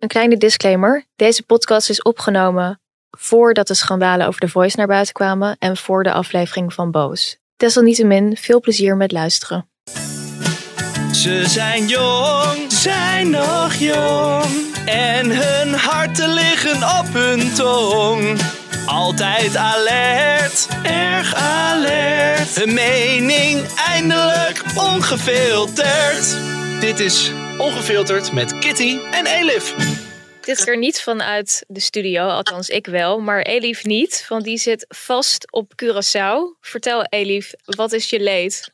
Een kleine disclaimer. Deze podcast is opgenomen voordat de schandalen over The Voice naar buiten kwamen en voor de aflevering van Boos. Desalniettemin, veel plezier met luisteren. Ze zijn jong, zijn nog jong. En hun harten liggen op hun tong. Altijd alert, erg alert. Hun mening eindelijk ongefilterd. Dit is Ongefilterd met Kitty en Elif. Dit keer niet vanuit de studio, althans ik wel, maar Elif niet, want die zit vast op Curaçao. Vertel Elif, wat is je leed?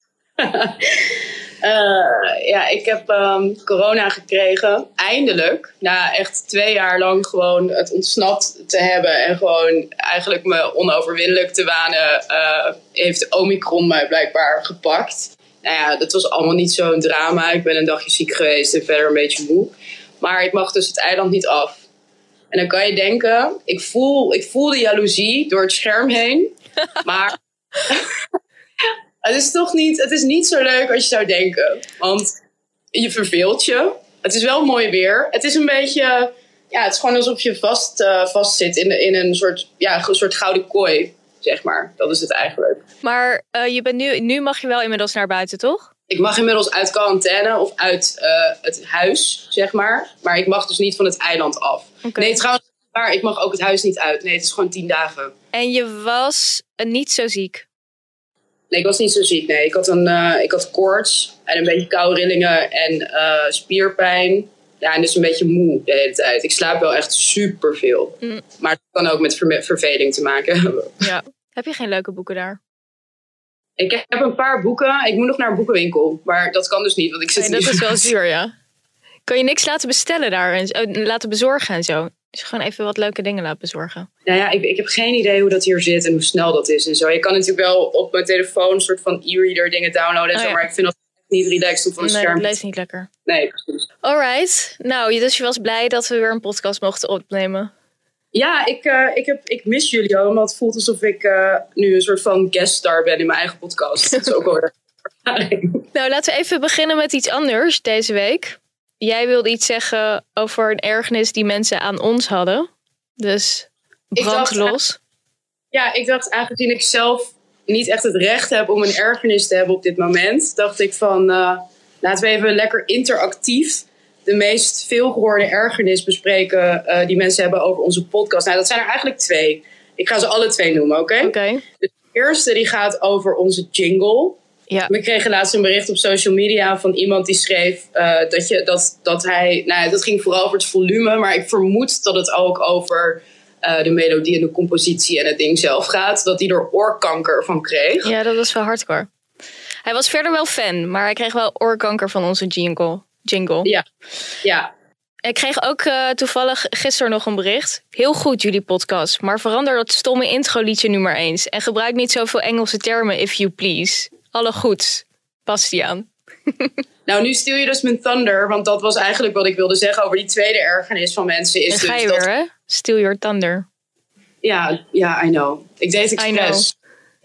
Ik heb corona gekregen. Eindelijk. Na echt 2 jaar lang gewoon het ontsnapt te hebben. En gewoon eigenlijk me onoverwinnelijk te wanen. Heeft Omicron mij blijkbaar gepakt. Nou ja, dat was allemaal niet zo'n drama. Ik ben een dagje ziek geweest en verder een beetje moe. Maar ik mag dus het eiland niet af. En dan kan je denken, ik voel de jaloezie door het scherm heen. Maar het is niet zo leuk als je zou denken. Want je verveelt je. Het is wel mooi weer. Het is een beetje, het is gewoon alsof je vast zit in een soort gouden kooi, zeg maar. Dat is het eigenlijk. Maar je bent nu mag je wel inmiddels naar buiten, toch? Ik mag inmiddels uit quarantaine of uit het huis, zeg maar. Maar ik mag dus niet van het eiland af. Okay. Nee, trouwens, maar ik mag ook het huis niet uit. Nee, het is gewoon 10 dagen. En je was niet zo ziek? Nee, ik was niet zo ziek. Nee, ik had koorts en een beetje koude rillingen en spierpijn. Ja, en dus een beetje moe de hele tijd. Ik slaap wel echt superveel. Maar het kan ook met verveling te maken hebben. Ja. Heb je geen leuke boeken daar? Ik heb een paar boeken. Ik moet nog naar een boekenwinkel. Maar dat kan dus niet, want ik zit dat is wel zuur, ja. Kan je niks laten bestellen daar en laten bezorgen en zo? Dus gewoon even wat leuke dingen laten bezorgen. Nou ja, ik heb geen idee hoe dat hier zit en hoe snel dat is en zo. Je kan natuurlijk wel op mijn telefoon een soort van e-reader dingen downloaden en zo. Ja. Maar ik vind dat niet relaxed om van een scherm. Nee, dat leest niet lekker. Nee, precies. Alright. Nou, dus je was blij dat we weer een podcast mochten opnemen. Ja, ik mis jullie al. Want het voelt alsof ik nu een soort van gueststar ben in mijn eigen podcast. Dat is ook wel ervaring. Nou, laten we even beginnen met iets anders deze week. Jij wilde iets zeggen over een ergernis die mensen aan ons hadden. Dus brand los. Ik dacht, aangezien ik zelf niet echt het recht heb om een ergernis te hebben op dit moment, dacht ik van, laten we even lekker interactief de meest veelgehoorde ergernis bespreken die mensen hebben over onze podcast. Nou, dat zijn er eigenlijk 2. Ik ga ze alle 2 noemen, oké? Oké. Dus de eerste die gaat over onze jingle. Ja. We kregen laatst een bericht op social media van iemand die schreef dat hij... Nou, dat ging vooral over het volume, maar ik vermoed dat het ook over de melodie en de compositie en het ding zelf gaat. Dat hij er oorkanker van kreeg. Ja, dat was wel hardcore. Hij was verder wel fan, maar hij kreeg wel oorkanker van onze jingle. Ja. Ik kreeg ook toevallig gisteren nog een bericht. Heel goed jullie podcast, maar verander dat stomme intro liedje nu maar eens. En gebruik niet zoveel Engelse termen, if you please. Alle goeds, Bastiaan. Nou, nu stuur je dus mijn thunder, want dat was eigenlijk wat ik wilde zeggen over die tweede ergernis van mensen. En ga je weer, hè? Steal your thunder. Ja, I know. Ik deed het expres.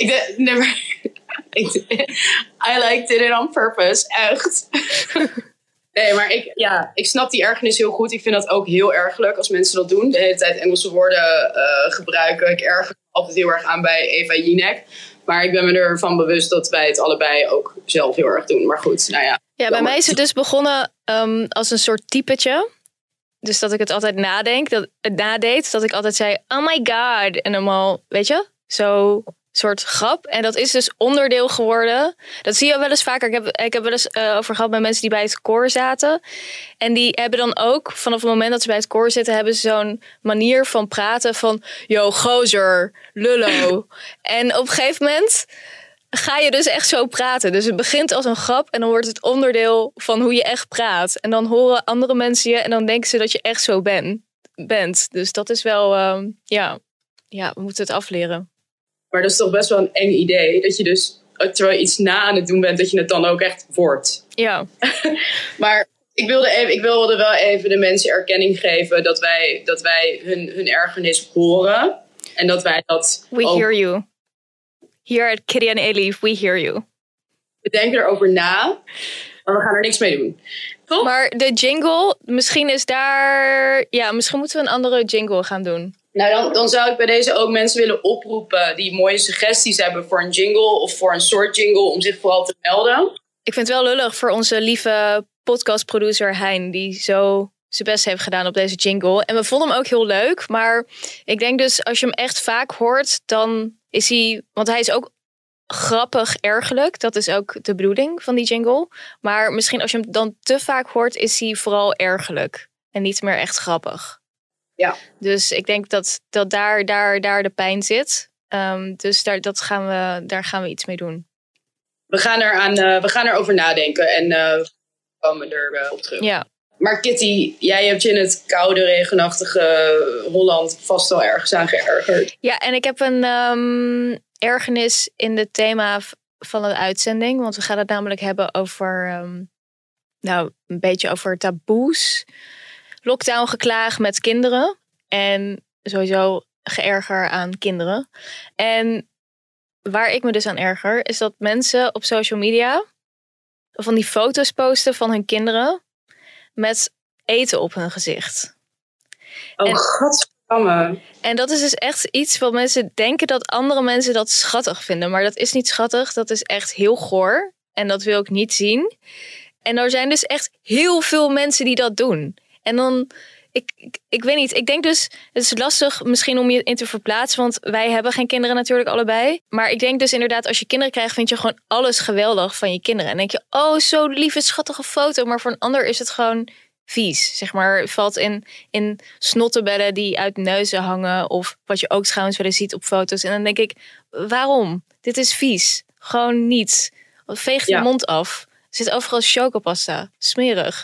I liked it on purpose, echt. Nee, maar ik snap die ergernis heel goed. Ik vind dat ook heel ergerlijk als mensen dat doen. De hele tijd Engelse woorden gebruiken. Ik erger me altijd heel erg aan bij Eva Jinek. Maar ik ben me ervan bewust dat wij het allebei ook zelf heel erg doen. Maar goed, nou ja. Ja, bij mij is het dus begonnen als een soort typetje. Dus dat ik het altijd nadeed. Dat ik altijd zei, oh my god. En allemaal, weet je, zo soort grap. En dat is dus onderdeel geworden. Dat zie je wel eens vaker. Ik heb wel eens over gehad met mensen die bij het koor zaten. En die hebben dan ook, vanaf het moment dat ze bij het koor zitten, hebben ze zo'n manier van praten van, yo, gozer, lullo. En op een gegeven moment ga je dus echt zo praten. Dus het begint als een grap en dan wordt het onderdeel van hoe je echt praat. En dan horen andere mensen je en dan denken ze dat je echt zo bent. Dus dat is wel, we moeten het afleren. Maar dat is toch best wel een eng idee. Dat je dus, terwijl je iets na aan het doen bent, dat je het dan ook echt wordt. Ja. Maar ik wilde wel even de mensen erkenning geven dat wij hun ergernis horen. En dat wij dat We hear you. Here at Kitty en Elif, we hear you. We denken erover na, maar we gaan er niks mee doen. Toch? Maar de jingle, misschien is daar... Ja, misschien moeten we een andere jingle gaan doen. Nou, dan zou ik bij deze ook mensen willen oproepen die mooie suggesties hebben voor een jingle of voor een soort jingle om zich vooral te melden. Ik vind het wel lullig voor onze lieve podcastproducer Hein, die zo zijn best heeft gedaan op deze jingle. En we vonden hem ook heel leuk, maar ik denk dus als je hem echt vaak hoort, dan is hij... Want hij is ook grappig ergerlijk, dat is ook de bedoeling van die jingle. Maar misschien als je hem dan te vaak hoort, is hij vooral ergerlijk en niet meer echt grappig. Ja. Dus ik denk dat daar de pijn zit. Dus daar gaan we iets mee doen. We gaan erover nadenken en we komen erop terug. Ja. Maar Kitty, jij hebt je in het koude, regenachtige Holland vast wel ergens aan geërgerd. Ja, en ik heb een ergernis in het thema van de uitzending. Want we gaan het namelijk hebben over een beetje over taboes. Lockdown geklaag met kinderen. En sowieso geërger aan kinderen. En waar ik me dus aan erger, is dat mensen op social media van die foto's posten van hun kinderen met eten op hun gezicht. Oh, godverdamme. En dat is dus echt iets wat mensen denken dat andere mensen dat schattig vinden. Maar dat is niet schattig, dat is echt heel goor. En dat wil ik niet zien. En er zijn dus echt heel veel mensen die dat doen. En dan, ik weet niet, ik denk dus, het is lastig misschien om je in te verplaatsen, want wij hebben geen kinderen natuurlijk allebei. Maar ik denk dus inderdaad, als je kinderen krijgt, vind je gewoon alles geweldig van je kinderen. En denk je, oh, zo lieve, schattige foto. Maar voor een ander is het gewoon vies. Zeg maar, valt in snottenbellen die uit neuzen hangen. Of wat je ook trouwens wel eens ziet op foto's. En dan denk ik, waarom? Dit is vies. Gewoon niet. Veeg je mond af. Er zit overal chocopasta. Smerig.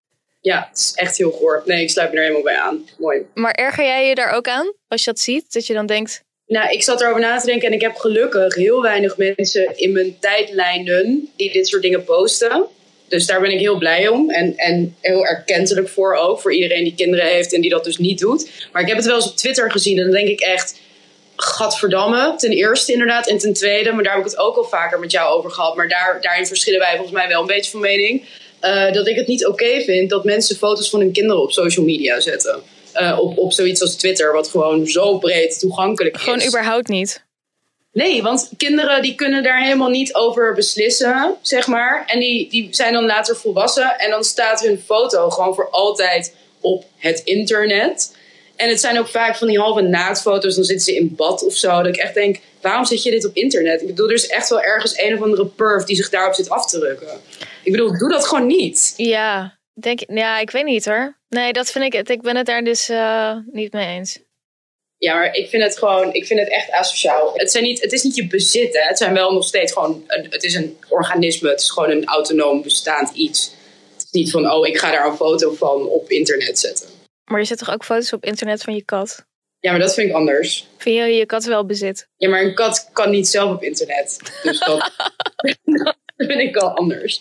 Ja, het is echt heel goor. Nee, ik sluit me er helemaal bij aan. Mooi. Maar erger jij je daar ook aan? Als je dat ziet, dat je dan denkt... Nou, ik zat erover na te denken en ik heb gelukkig heel weinig mensen in mijn tijdlijnen die dit soort dingen posten. Dus daar ben ik heel blij om. En heel erkentelijk voor ook. Voor iedereen die kinderen heeft en die dat dus niet doet. Maar ik heb het wel eens op Twitter gezien en dan denk ik echt... Gadverdamme, ten eerste inderdaad. En ten tweede, maar daar heb ik het ook al vaker met jou over gehad. Maar daarin verschillen wij volgens mij wel een beetje van mening. Dat ik het niet oké vind dat mensen foto's van hun kinderen op social media zetten. Op zoiets als Twitter, wat gewoon zo breed toegankelijk is. Gewoon überhaupt niet. Nee, want kinderen die kunnen daar helemaal niet over beslissen, zeg maar. En die zijn dan later volwassen. En dan staat hun foto gewoon voor altijd op het internet. En het zijn ook vaak van die halve naaktfoto's. Dan zitten ze in bad of zo. Dat ik echt denk, waarom zet je dit op internet? Ik bedoel, er is echt wel ergens een of andere perv die zich daarop zit af te drukken. Ik bedoel, doe dat gewoon niet. Ja, ik weet niet hoor. Nee, dat vind ik ben het daar dus niet mee eens. Ja, maar ik vind het echt asociaal. Het is niet je bezit, hè. Het zijn wel nog steeds gewoon, het is een organisme. Het is gewoon een autonoom bestaand iets. Het is niet van, ik ga daar een foto van op internet zetten. Maar je zet toch ook foto's op internet van je kat? Ja, maar dat vind ik anders. Vind je je kat wel bezit? Ja, maar een kat kan niet zelf op internet. Dus dat vind ik al anders.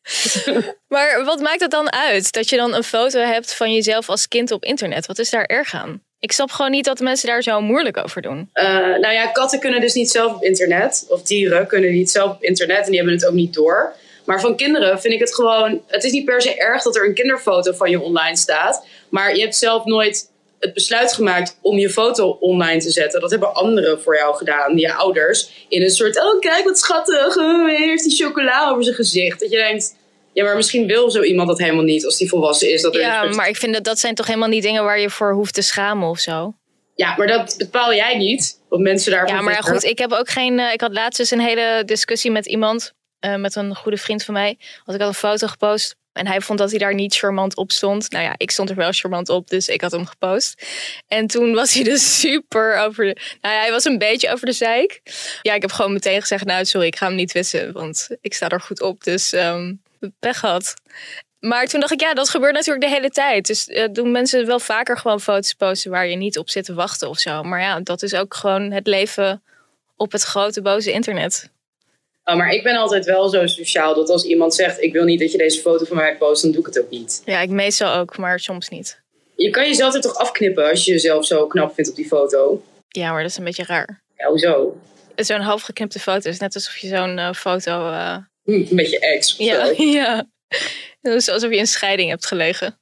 Maar wat maakt het dan uit? Dat je dan een foto hebt van jezelf als kind op internet. Wat is daar erg aan? Ik snap gewoon niet dat de mensen daar zo moeilijk over doen. Nou ja, katten kunnen dus niet zelf op internet. Of dieren kunnen niet zelf op internet. En die hebben het ook niet door. Maar van kinderen vind ik het gewoon... Het is niet per se erg dat er een kinderfoto van je online staat. Maar je hebt zelf nooit het besluit gemaakt om je foto online te zetten. Dat hebben anderen voor jou gedaan, je ouders. In een soort, oh kijk wat schattig, hij heeft die chocola over zijn gezicht. Dat je denkt, ja maar misschien wil zo iemand dat helemaal niet als die volwassen is. Maar ik vind dat zijn toch helemaal niet dingen waar je voor hoeft te schamen of zo? Ja, maar dat bepaal jij niet. Wat mensen daarvan vinden. Ja, maar goed, ik heb ook geen... ik had laatst dus een hele discussie met iemand, met een goede vriend van mij. Want ik had een foto gepost. En hij vond dat hij daar niet charmant op stond. Nou ja, ik stond er wel charmant op, dus ik had hem gepost. En toen was hij dus super hij was een beetje over de zeik. Ja, ik heb gewoon meteen gezegd, nou sorry, ik ga hem niet wissen. Want ik sta er goed op, dus pech gehad. Maar toen dacht ik, ja, dat gebeurt natuurlijk de hele tijd. Dus doen mensen wel vaker gewoon foto's posten waar je niet op zit te wachten of zo. Maar ja, dat is ook gewoon het leven op het grote boze internet. Oh, maar ik ben altijd wel zo sociaal dat als iemand zegt, ik wil niet dat je deze foto van mij post, dan doe ik het ook niet. Ja, ik meestal ook, maar soms niet. Je kan jezelf er toch afknippen als je jezelf zo knap vindt op die foto? Ja, maar dat is een beetje raar. Ja, hoezo? Zo'n half geknipte foto is net alsof je zo'n foto... Een beetje ex. Ja, ja. Het is alsof je in scheiding hebt gelegen.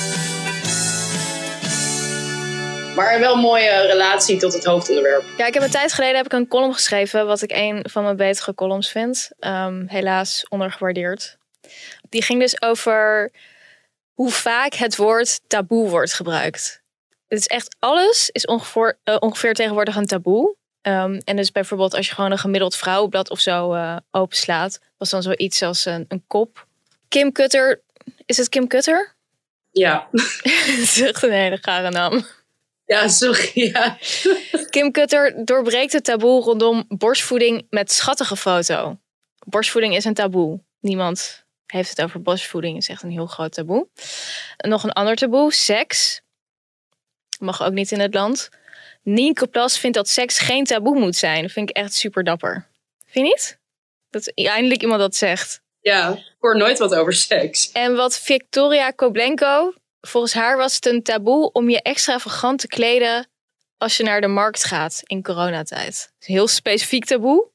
Maar wel een mooie relatie tot het hoofdonderwerp. Ja, ik heb een tijd geleden een column geschreven, wat ik een van mijn betere columns vind. Helaas ondergewaardeerd. Die ging dus over hoe vaak het woord taboe wordt gebruikt. Het is echt, alles is ongeveer tegenwoordig een taboe. En dus bijvoorbeeld als je gewoon een gemiddeld vrouwenblad of zo openslaat, was dan zoiets als een kop. Kim Kutter, is het Kim Kutter? Ja. Het is echt een hele gare naam. Ja, sorry. Ja. Kim Kutter doorbreekt het taboe rondom borstvoeding met schattige foto. Borstvoeding is een taboe. Niemand heeft het over borstvoeding. Het is echt een heel groot taboe. Nog een ander taboe, seks. Mag ook niet in het land. Nienke Plas vindt dat seks geen taboe moet zijn. Dat vind ik echt super dapper. Vind je niet? Dat eindelijk iemand dat zegt. Ja, ik hoor nooit wat over seks. En wat Victoria Koblenko... Volgens haar was het een taboe om je extravagant te kleden als je naar de markt gaat in coronatijd. Een heel specifiek taboe.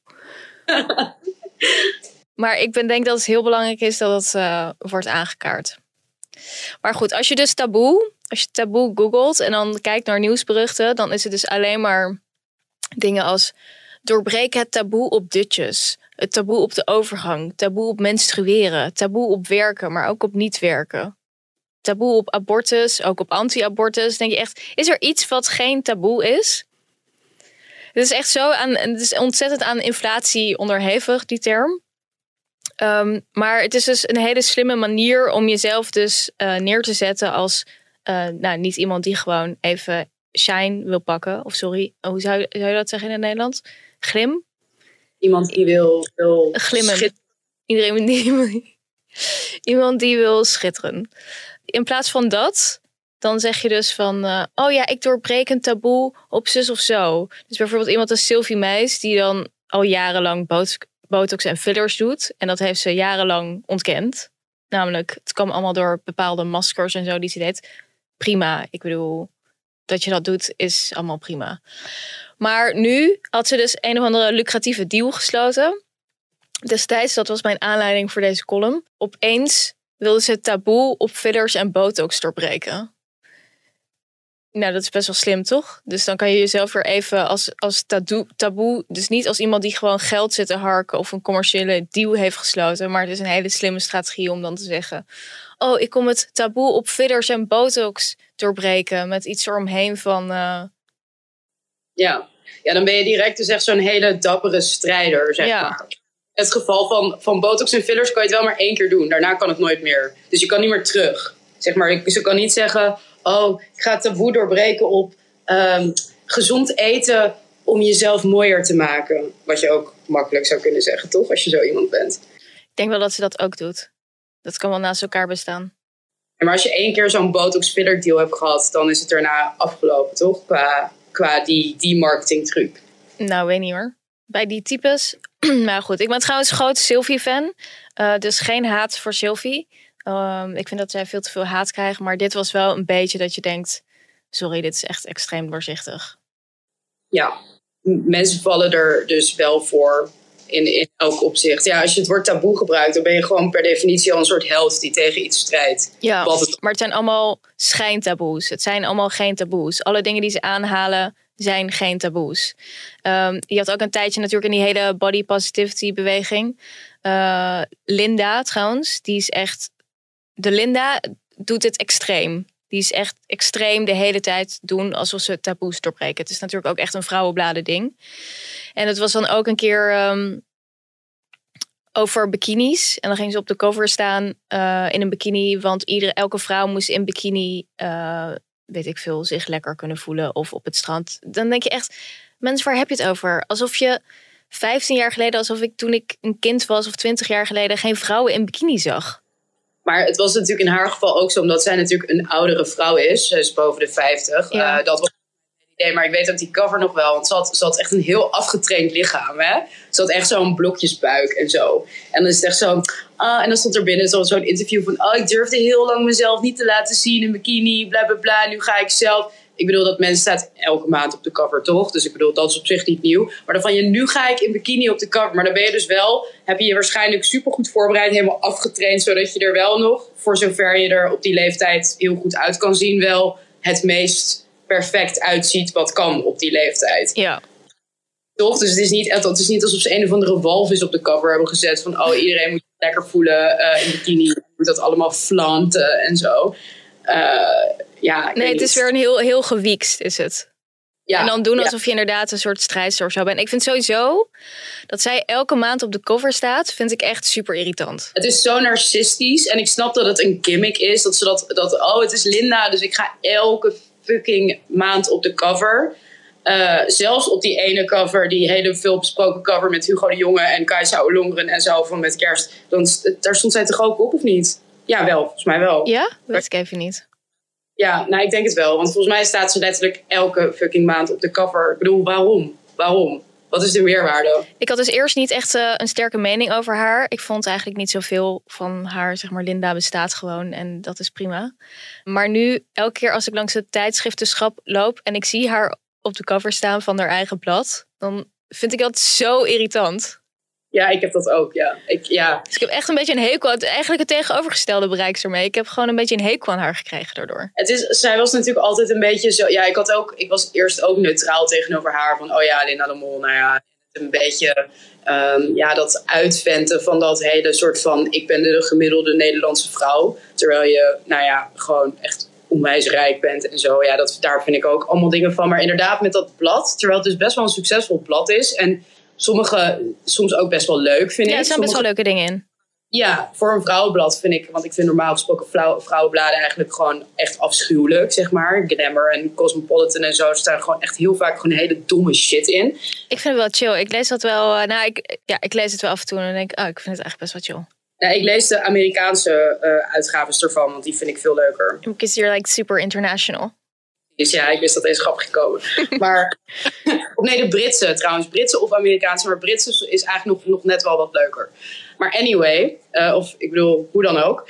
Maar ik denk dat het heel belangrijk is dat het wordt aangekaart. Maar goed, als je taboe googelt en dan kijkt naar nieuwsberichten, dan is het dus alleen maar dingen als doorbreek het taboe op dutjes, het taboe op de overgang, taboe op menstrueren, taboe op werken, maar ook op niet werken. Taboe op abortus, ook op anti-abortus. Denk je echt, is er iets wat geen taboe is? Het is echt het is ontzettend aan inflatie onderhevig, die term. Maar het is dus een hele slimme manier om jezelf dus neer te zetten als niet iemand die gewoon even shine wil pakken. Of sorry, hoe zou je dat zeggen in het Nederlands? Glim? Iemand die wil glimmen. Iemand die wil schitteren. In plaats van dat, dan zeg je dus van... ik doorbreek een taboe op zus of zo. Dus bijvoorbeeld iemand als Sylvie Meis... die dan al jarenlang botox en fillers doet. En dat heeft ze jarenlang ontkend. Namelijk, het kwam allemaal door bepaalde maskers en zo die ze deed. Prima, ik bedoel, dat je dat doet is allemaal prima. Maar nu had ze dus een of andere lucratieve deal gesloten. Destijds, dat was mijn aanleiding voor deze column. Opeens wilde ze het taboe op fillers en botox doorbreken. Nou, dat is best wel slim, toch? Dus dan kan je jezelf weer even als taboe... Dus niet als iemand die gewoon geld zit te harken... of een commerciële deal heeft gesloten. Maar het is een hele slimme strategie om dan te zeggen... Oh, ik kom het taboe op fillers en botox doorbreken... met iets eromheen van... Ja, dan ben je direct dus echt zo'n hele dappere strijder, zeg maar. In het geval van botox en fillers kan je het wel maar 1 keer doen. Daarna kan het nooit meer. Dus je kan niet meer terug. Zeg maar, ze kan niet zeggen... Oh, ik ga het taboe doorbreken op gezond eten... om jezelf mooier te maken. Wat je ook makkelijk zou kunnen zeggen, toch? Als je zo iemand bent. Ik denk wel dat ze dat ook doet. Dat kan wel naast elkaar bestaan. Maar als je 1 keer zo'n botox-filler deal hebt gehad... dan is het daarna afgelopen, toch? Qua die marketing truc. Nou, weet niet hoor. Bij die types... Maar goed, ik ben trouwens groot Sylvie-fan. Dus geen haat voor Sylvie. Ik vind dat zij veel te veel haat krijgt. Maar dit was wel een beetje dat je denkt... Sorry, dit is echt extreem doorzichtig. Ja, mensen vallen er dus wel voor in elk opzicht. Ja, als je het woord taboe gebruikt... dan ben je gewoon per definitie al een soort held die tegen iets strijdt. Ja, maar het zijn allemaal schijntaboes. Het zijn allemaal geen taboes. Alle dingen die ze aanhalen... zijn geen taboes. Je had ook een tijdje natuurlijk in die hele body positivity beweging. Linda trouwens, die is echt... De Linda doet het extreem. Die is echt extreem de hele tijd doen alsof ze taboes doorbreken. Het is natuurlijk ook echt een vrouwenbladen ding. En het was dan ook een keer over bikinis. En dan ging ze op de cover staan in een bikini. Want elke vrouw moest in bikini... weet ik veel, zich lekker kunnen voelen of op het strand. Dan denk je echt, mensen, waar heb je het over? Alsof je 15 jaar geleden, alsof ik toen ik een kind was of 20 jaar geleden geen vrouwen in bikini zag. Maar het was natuurlijk in haar geval ook zo, omdat zij natuurlijk een oudere vrouw is. Ze is boven de 50. Ja. Dat was een idee, maar ik weet ook die cover nog wel. Want ze had echt een heel afgetraind lichaam. Hè? Ze had echt zo'n blokjesbuik en zo. En dan is het echt zo... en dan stond er binnen zo'n interview van... ik durfde heel lang mezelf niet te laten zien in bikini, bla bla bla. Nu ga ik zelf... ik bedoel, dat mensen staat elke maand op de cover, toch? Dus ik bedoel, dat is op zich niet nieuw. Maar dan van je, nu ga ik in bikini op de cover. Maar dan ben je dus wel, heb je je waarschijnlijk supergoed voorbereid, helemaal afgetraind, zodat je er wel nog, voor zover je er op die leeftijd heel goed uit kan zien, wel het meest perfect uitziet wat kan op die leeftijd. Ja. Toch? Dus het is niet alsof ze een of andere walvis op de cover hebben gezet van, oh, iedereen moet je lekker voelen in bikini. Je moet dat allemaal flanten en zo. Het is weer een heel gewiekst, is het. Ja, en dan doen alsof je inderdaad een soort strijdster of zo bent. Ik vind sowieso dat zij elke maand op de cover staat, vind ik echt super irritant. Het is zo narcistisch. En ik snap dat het een gimmick is. Het is Linda, dus ik ga elke fucking maand op de cover. Zelfs op die ene cover, die hele veel besproken cover met Hugo de Jonge en Kajsa Ollongren en zo van Met Kerst. Daar stond zij toch ook op, of niet? Ja, wel. Volgens mij wel. Ja? Dat weet ik even niet. Ja, nou, ik denk het wel. Want volgens mij staat ze letterlijk elke fucking maand op de cover. Ik bedoel, waarom? Waarom? Wat is de meerwaarde? Ik had dus eerst niet echt een sterke mening over haar. Ik vond eigenlijk niet zoveel van haar, zeg maar, Linda bestaat gewoon en dat is prima. Maar nu, elke keer als ik langs het tijdschriftenschap loop en ik zie haar op de cover staan van haar eigen blad, dan vind ik dat zo irritant. Ja, ik heb dat ook, ja. Dus ik heb echt een beetje een hekel. Eigenlijk het tegenovergestelde bereik ermee. Ik heb gewoon een beetje een hekel aan haar gekregen daardoor. Zij was natuurlijk altijd een beetje zo. Ja, ik was eerst ook neutraal tegenover haar. Van, oh ja, Linda de Mol, nou ja. Een beetje dat uitventen van dat hele soort van, ik ben de gemiddelde Nederlandse vrouw. Terwijl je, nou ja, gewoon echt onwijs rijk bent en zo. Ja, daar vind ik ook allemaal dingen van. Maar inderdaad met dat blad, terwijl het dus best wel een succesvol blad is. En sommige soms ook best wel leuk, vind ik. Ja, er zijn best wel leuke dingen in. Ja, voor een vrouwenblad vind ik, want ik vind normaal gesproken vrouwenbladen eigenlijk gewoon echt afschuwelijk, zeg maar. Glamour en Cosmopolitan en zo, er staan gewoon echt heel vaak gewoon hele domme shit in. Ik vind het wel chill. Ik lees dat wel, ik lees het wel af en toe en dan denk ik, ik vind het eigenlijk best wel chill. Ja, ik lees de Amerikaanse uitgaves ervan, want die vind ik veel leuker. Because you're like super international. Dus ja, ik wist dat deze grap ging komen. Maar, de Britse trouwens. Britse of Amerikaanse. Maar Britse is eigenlijk nog net wel wat leuker. Maar anyway, ik bedoel, hoe dan ook.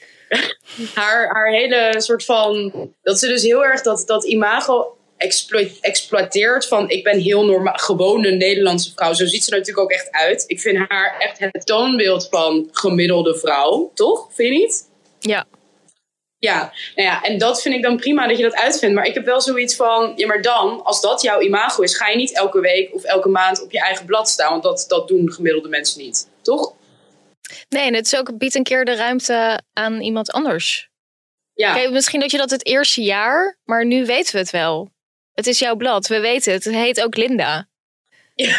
haar hele soort van, dat ze dus heel erg dat imago exploiteert van, ik ben heel normaal, gewone Nederlandse vrouw. Zo ziet ze er natuurlijk ook echt uit. Ik vind haar echt het toonbeeld van gemiddelde vrouw. Toch? Vind je niet? Ja. Ja, nou ja, en dat vind ik dan prima dat je dat uitvindt. Maar ik heb wel zoiets van, ja, maar dan, als dat jouw imago is, ga je niet elke week of elke maand op je eigen blad staan. Want dat doen gemiddelde mensen niet, toch? Nee, en het is ook, biedt een keer de ruimte aan iemand anders. Ja. Kijk, misschien dat je dat het eerste jaar, maar nu weten we het wel. Het is jouw blad, we weten het. Het heet ook Linda. Ja,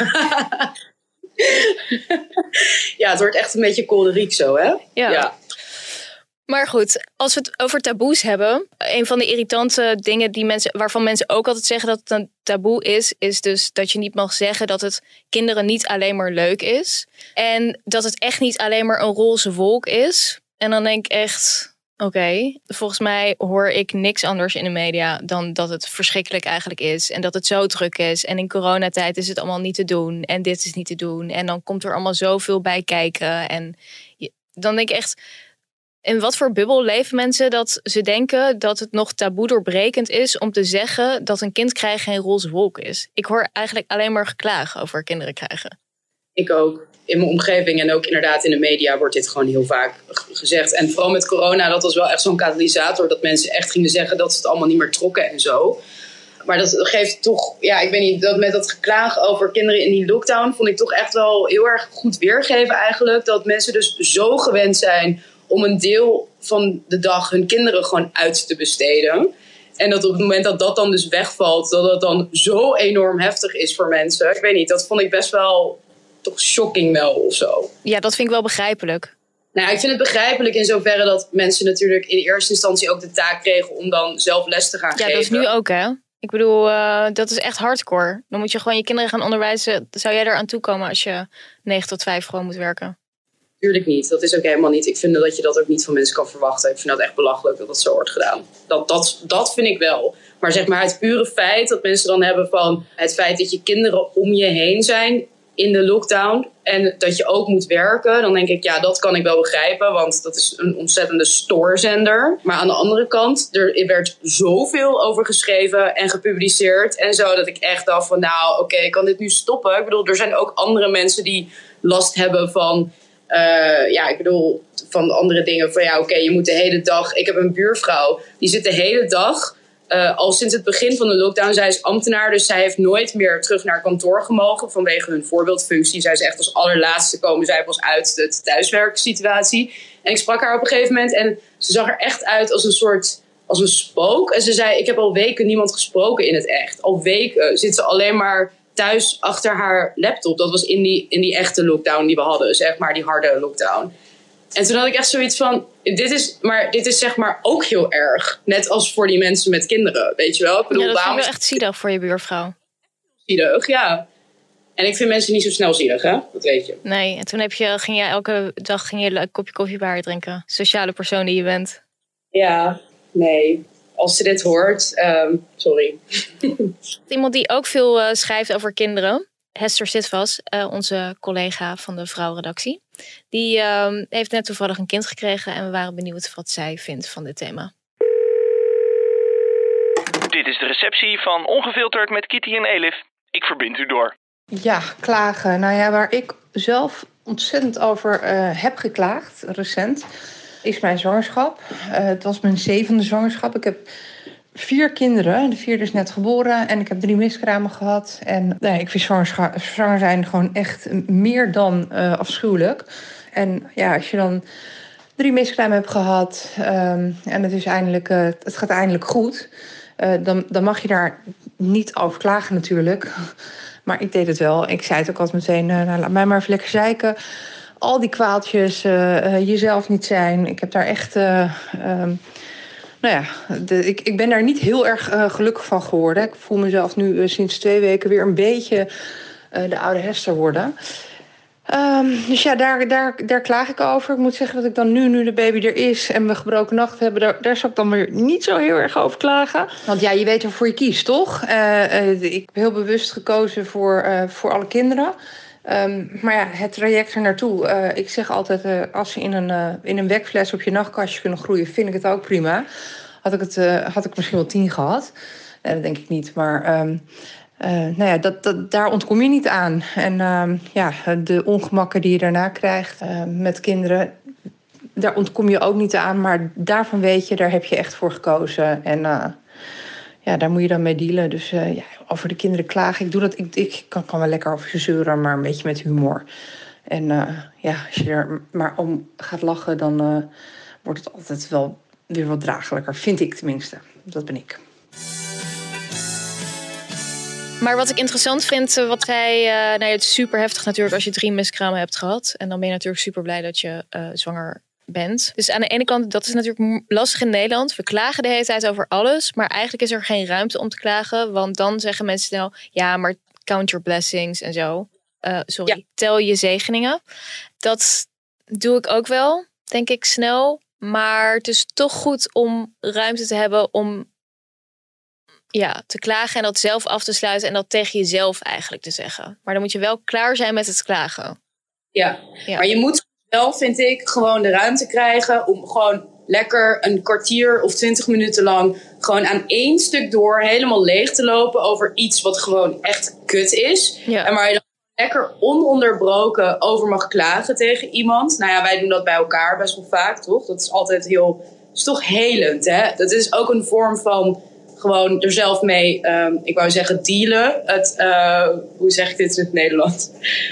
ja, het wordt echt een beetje kolderiek zo, hè? Ja. Maar goed, als we het over taboes hebben, een van de irritante dingen waarvan mensen ook altijd zeggen dat het een taboe is dus dat je niet mag zeggen dat het kinderen niet alleen maar leuk is. En dat het echt niet alleen maar een roze wolk is. En dan denk ik echt, oké, volgens mij hoor ik niks anders in de media dan dat het verschrikkelijk eigenlijk is. En dat het zo druk is. En in coronatijd is het allemaal niet te doen. En dit is niet te doen. En dan komt er allemaal zoveel bij kijken. En dan denk ik echt, in wat voor bubbel leven mensen dat ze denken dat het nog taboe doorbrekend is om te zeggen dat een kind krijgen geen roze wolk is. Ik hoor eigenlijk alleen maar geklaag over kinderen krijgen. Ik ook. In mijn omgeving en ook inderdaad in de media wordt dit gewoon heel vaak gezegd. En vooral met corona, dat was wel echt zo'n katalysator, dat mensen echt gingen zeggen dat ze het allemaal niet meer trokken en zo. Maar dat geeft toch, ja, ik weet niet, dat met dat geklaag over kinderen in die lockdown vond ik toch echt wel heel erg goed weergeven eigenlijk. Dat mensen dus zo gewend zijn om een deel van de dag hun kinderen gewoon uit te besteden. En dat op het moment dat dat dan dus wegvalt, dat het dan zo enorm heftig is voor mensen. Ik weet niet, dat vond ik best wel toch shocking wel of zo. Ja, dat vind ik wel begrijpelijk. Nou, ik vind het begrijpelijk in zoverre dat mensen natuurlijk in eerste instantie ook de taak kregen om dan zelf les te gaan geven. Ja, dat is nu ook, hè? Ik bedoel, dat is echt hardcore. Dan moet je gewoon je kinderen gaan onderwijzen. Zou jij eraan toekomen als je 9 tot 5 gewoon moet werken? Tuurlijk niet. Dat is ook helemaal niet. Ik vind dat je dat ook niet van mensen kan verwachten. Ik vind dat echt belachelijk dat dat zo wordt gedaan. Dat vind ik wel. Maar zeg maar het pure feit dat mensen dan hebben van het feit dat je kinderen om je heen zijn, in de lockdown en dat je ook moet werken, dan denk ik, ja, dat kan ik wel begrijpen, want dat is een ontzettende stoorzender. Maar aan de andere kant, er werd zoveel over geschreven en gepubliceerd en zo, dat ik echt dacht van, nou, oké, ik kan dit nu stoppen. Ik bedoel, er zijn ook andere mensen die last hebben van, van andere dingen. Van ja, oké, je moet de hele dag. Ik heb een buurvrouw, die zit de hele dag. Al sinds het begin van de lockdown. Zij is ambtenaar, dus zij heeft nooit meer terug naar kantoor gemogen. Vanwege hun voorbeeldfunctie. Zij is echt als allerlaatste komen zij pas uit de thuiswerksituatie. En ik sprak haar op een gegeven moment. En ze zag er echt uit als een spook. En ze zei, ik heb al weken niemand gesproken in het echt. Al weken zit ze alleen maar thuis achter haar laptop. Dat was in die echte lockdown die we hadden. Zeg maar, die harde lockdown. En toen had ik echt zoiets van, dit is zeg maar ook heel erg. Net als voor die mensen met kinderen, weet je wel. Ik bedoel, dat is wel echt zielig voor je buurvrouw. Zielig, ja. En ik vind mensen niet zo snel zielig, hè? Dat weet je. Nee, en toen ging je elke dag een kopje koffie bij haar drinken. Sociale persoon die je bent. Ja, nee. Als ze dit hoort, sorry. Iemand die ook veel schrijft over kinderen. Hester Sitvas, onze collega van de Vrouwredactie. Die heeft net toevallig een kind gekregen. En we waren benieuwd wat zij vindt van dit thema. Dit is de receptie van Ongefilterd met Kitty en Elif. Ik verbind u door. Ja, klagen. Nou ja, waar ik zelf ontzettend over heb geklaagd, recent, is mijn zwangerschap. Het was mijn 7e zwangerschap. Ik heb 4 kinderen. De 4e is net geboren. En ik heb 3 miskramen gehad. En ik vind zwanger zijn gewoon echt meer dan afschuwelijk. En ja, als je dan 3 miskramen hebt gehad en het gaat eindelijk goed, dan mag je daar niet over klagen natuurlijk. Maar ik deed het wel. Ik zei het ook altijd meteen, laat mij maar even lekker zeiken. Al die kwaaltjes, jezelf niet zijn. Ik heb daar echt... ik ben daar niet heel erg gelukkig van geworden. Ik voel mezelf nu sinds 2 weken weer een beetje de oude Hester worden. Dus ja, daar klaag ik over. Ik moet zeggen dat ik dan nu de baby er is en we gebroken nacht hebben, daar zou ik dan weer niet zo heel erg over klagen. Want ja, je weet waarvoor je kiest, toch? Ik heb heel bewust gekozen voor alle kinderen. Maar ja, het traject er naartoe. Ik zeg altijd, als ze in een wekfles op je nachtkastje kunnen groeien, vind ik het ook prima. Had ik misschien wel 10 gehad. Dat denk ik niet, maar daar ontkom je niet aan. En de ongemakken die je daarna krijgt met kinderen, daar ontkom je ook niet aan. Maar daarvan weet je, daar heb je echt voor gekozen. En daar moet je dan mee dealen. Dus over de kinderen klagen. Ik doe dat. Ik kan wel lekker over ze zeuren, maar een beetje met humor. En als je er maar om gaat lachen, dan wordt het altijd wel weer wat draaglijker. Vind ik tenminste. Dat ben ik. Maar wat ik interessant vind, wat hij... het is super heftig natuurlijk als je 3 miskramen hebt gehad. En dan ben je natuurlijk super blij dat je zwanger bent. Dus aan de ene kant, dat is natuurlijk lastig in Nederland. We klagen de hele tijd over alles. Maar eigenlijk is er geen ruimte om te klagen. Want dan zeggen mensen snel, ja, maar count your blessings en zo. Tel je zegeningen. Dat doe ik ook wel, denk ik, snel. Maar het is toch goed om ruimte te hebben om te klagen en dat zelf af te sluiten en dat tegen jezelf eigenlijk te zeggen. Maar dan moet je wel klaar zijn met het klagen. Ja. Maar je moet wel, vind ik, gewoon de ruimte krijgen om gewoon lekker een kwartier of 20 minuten lang gewoon aan 1 stuk door helemaal leeg te lopen over iets wat gewoon echt kut is. Ja. En waar je dan lekker ononderbroken over mag klagen tegen iemand. Nou ja, wij doen dat bij elkaar best wel vaak, toch? Dat is altijd is toch helend, hè? Dat is ook een vorm van gewoon er zelf mee, ik wou zeggen dealen. Hoe zeg ik dit in het Nederlands?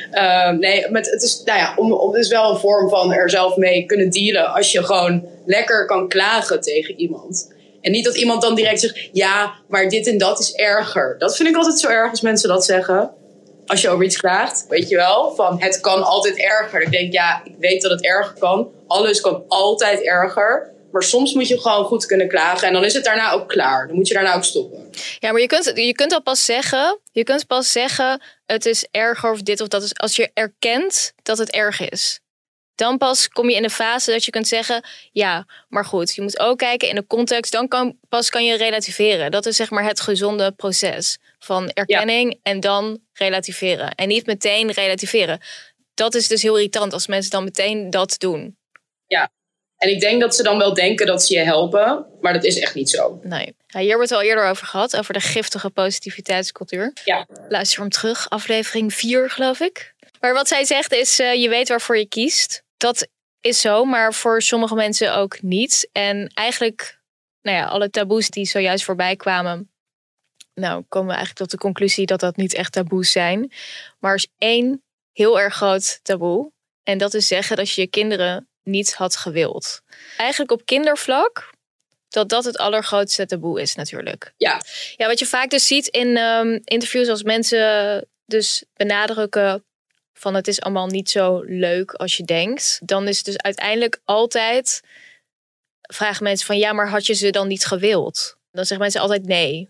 Het is wel een vorm van er zelf mee kunnen dealen als je gewoon lekker kan klagen tegen iemand. En niet dat iemand dan direct zegt, ja, maar dit en dat is erger. Dat vind ik altijd zo erg als mensen dat zeggen. Als je over iets klaagt, weet je wel, van het kan altijd erger. Ik denk, ja, ik weet dat het erger kan. Alles kan altijd erger. Maar soms moet je gewoon goed kunnen klagen. En dan is het daarna ook klaar. Dan moet je daarna ook stoppen. Ja, maar je kunt al pas zeggen. Je kunt pas zeggen, het is erger of dit of dat is als je erkent dat het erg is. Dan pas kom je in de fase dat je kunt zeggen... ja, maar goed, je moet ook kijken in de context. Dan kan je relativeren. Dat is zeg maar het gezonde proces van erkenning en dan relativeren. En niet meteen relativeren. Dat is dus heel irritant als mensen dan meteen dat doen. Ja, en ik denk dat ze dan wel denken dat ze je helpen. Maar dat is echt niet zo. Nee. Ja, hier hebben we het al eerder over gehad. Over de giftige positiviteitscultuur. Ja. Luister hem terug. Aflevering 4, geloof ik. Maar wat zij zegt is, je weet waarvoor je kiest. Dat is zo, maar voor sommige mensen ook niet. En eigenlijk, alle taboes die zojuist voorbij kwamen... komen we eigenlijk tot de conclusie dat dat niet echt taboes zijn. Maar er is 1 heel erg groot taboe. En dat is zeggen dat je je kinderen niet had gewild. Eigenlijk op kindervlak... dat het allergrootste taboe is natuurlijk. Ja, wat je vaak dus ziet in interviews als mensen dus benadrukken... van het is allemaal niet zo leuk als je denkt. Dan is het dus uiteindelijk altijd... vragen mensen van ja, maar had je ze dan niet gewild? Dan zeggen mensen altijd nee.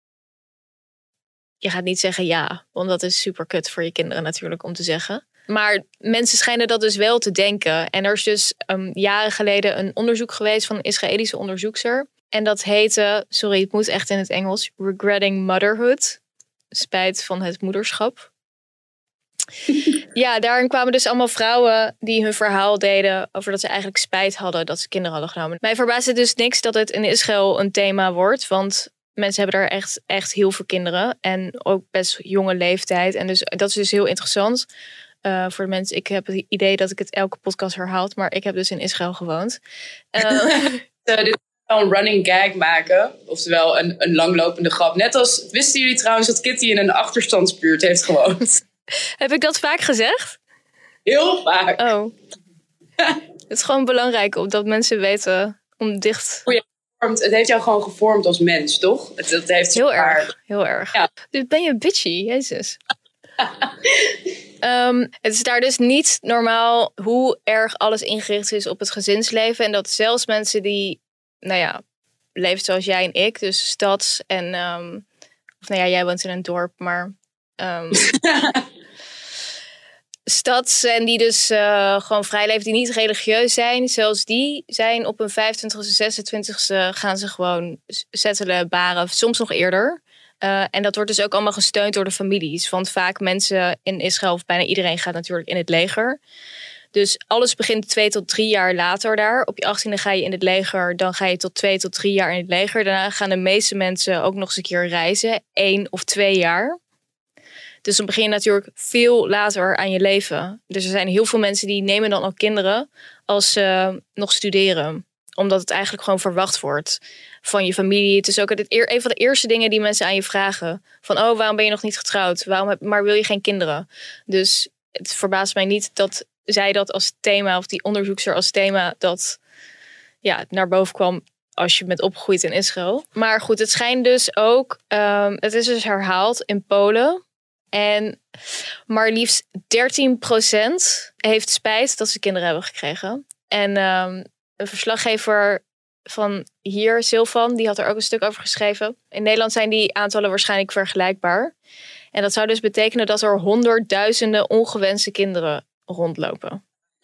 Je gaat niet zeggen ja, want dat is super kut voor je kinderen natuurlijk om te zeggen. Maar mensen schijnen dat dus wel te denken. En er is dus jaren geleden een onderzoek geweest van een Israëlische onderzoekster. En dat heette, sorry, het moet echt in het Engels... Regretting Motherhood. Spijt van het moederschap. Ja, daarin kwamen dus allemaal vrouwen die hun verhaal deden... over dat ze eigenlijk spijt hadden dat ze kinderen hadden genomen. Mij verbaast het dus niks dat het in Israël een thema wordt. Want mensen hebben daar echt heel veel kinderen. En ook best jonge leeftijd. En dus dat is dus heel interessant voor de mensen. Ik heb het idee dat ik het elke podcast herhaal. Maar ik heb dus in Israël gewoond. Dit is wel een running gag maken. Oftewel een langlopende grap. Net als, wisten jullie trouwens dat Kitty in een achterstandsbuurt heeft gewoond? Heb ik dat vaak gezegd? Heel vaak. Oh. Het is gewoon belangrijk omdat mensen weten om dicht... Het heeft jou gewoon gevormd als mens, toch? Het heeft heel erg. Ja. Dus ben je bitchy, jezus. Het is daar dus niet normaal hoe erg alles ingericht is op het gezinsleven. En dat zelfs mensen die, leven zoals jij en ik, dus stads en... jij woont in een dorp, maar... stads en die dus gewoon vrij leven, die niet religieus zijn. Zelfs die zijn op hun 25e, 26e gaan ze gewoon settelen, baren, soms nog eerder. En dat wordt dus ook allemaal gesteund door de families. Want vaak mensen in Israël, of bijna iedereen gaat natuurlijk in het leger. Dus alles begint 2 tot 3 jaar later daar. Op je 18e ga je in het leger, dan ga je tot 2 tot 3 jaar in het leger. Daarna gaan de meeste mensen ook nog eens een keer reizen, 1 of 2 jaar. Dus dan begin je natuurlijk veel later aan je leven. Dus er zijn heel veel mensen die nemen dan ook kinderen als ze nog studeren. Omdat het eigenlijk gewoon verwacht wordt van je familie. Het is ook een van de eerste dingen die mensen aan je vragen. Van, waarom ben je nog niet getrouwd? Maar wil je geen kinderen? Dus het verbaast mij niet dat zij dat als thema, of die onderzoekster als thema, dat het naar boven kwam als je bent opgegroeid in Israël. Maar goed, het schijnt dus ook, het is dus herhaald in Polen. En maar liefst 13% heeft spijt dat ze kinderen hebben gekregen. En een verslaggever van hier, Silvan, die had er ook een stuk over geschreven. In Nederland zijn die aantallen waarschijnlijk vergelijkbaar. En dat zou dus betekenen dat er 100.000 ongewenste kinderen rondlopen.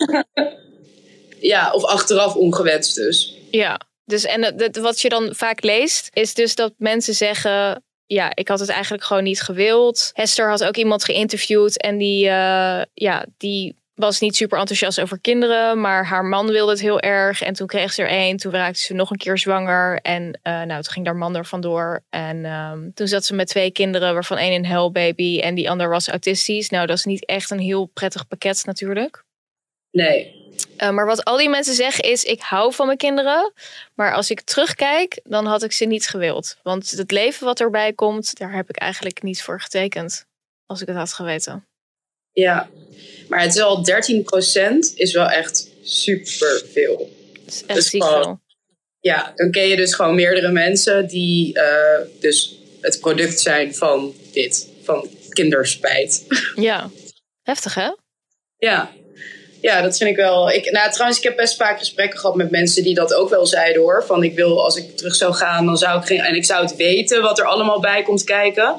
Ja, of achteraf ongewenst dus. Ja, dus en wat je dan vaak leest, is dus dat mensen zeggen... Ja, ik had het eigenlijk gewoon niet gewild. Hester had ook iemand geïnterviewd en die was niet super enthousiast over kinderen, maar haar man wilde het heel erg. En toen kreeg ze er 1, toen raakte ze nog een keer zwanger en toen ging haar man er vandoor. En toen zat ze met 2 kinderen, waarvan 1 een huilbaby en die ander was autistisch. Nou, dat is niet echt een heel prettig pakket natuurlijk. Nee. Maar wat al die mensen zeggen is, ik hou van mijn kinderen. Maar als ik terugkijk, dan had ik ze niet gewild. Want het leven wat erbij komt, daar heb ik eigenlijk niet voor getekend. Als ik het had geweten. Ja, maar het is al 13% is wel echt superveel. Dat is echt ziek veel. Ja, dan ken je dus gewoon meerdere mensen die dus het product zijn van dit. Van kinderspijt. Ja, heftig hè? Ja, dat vind ik wel. Trouwens, ik heb best vaak gesprekken gehad met mensen die dat ook wel zeiden hoor. Van ik wil, als ik terug zou gaan, dan zou ik geen... En ik zou het weten wat er allemaal bij komt kijken.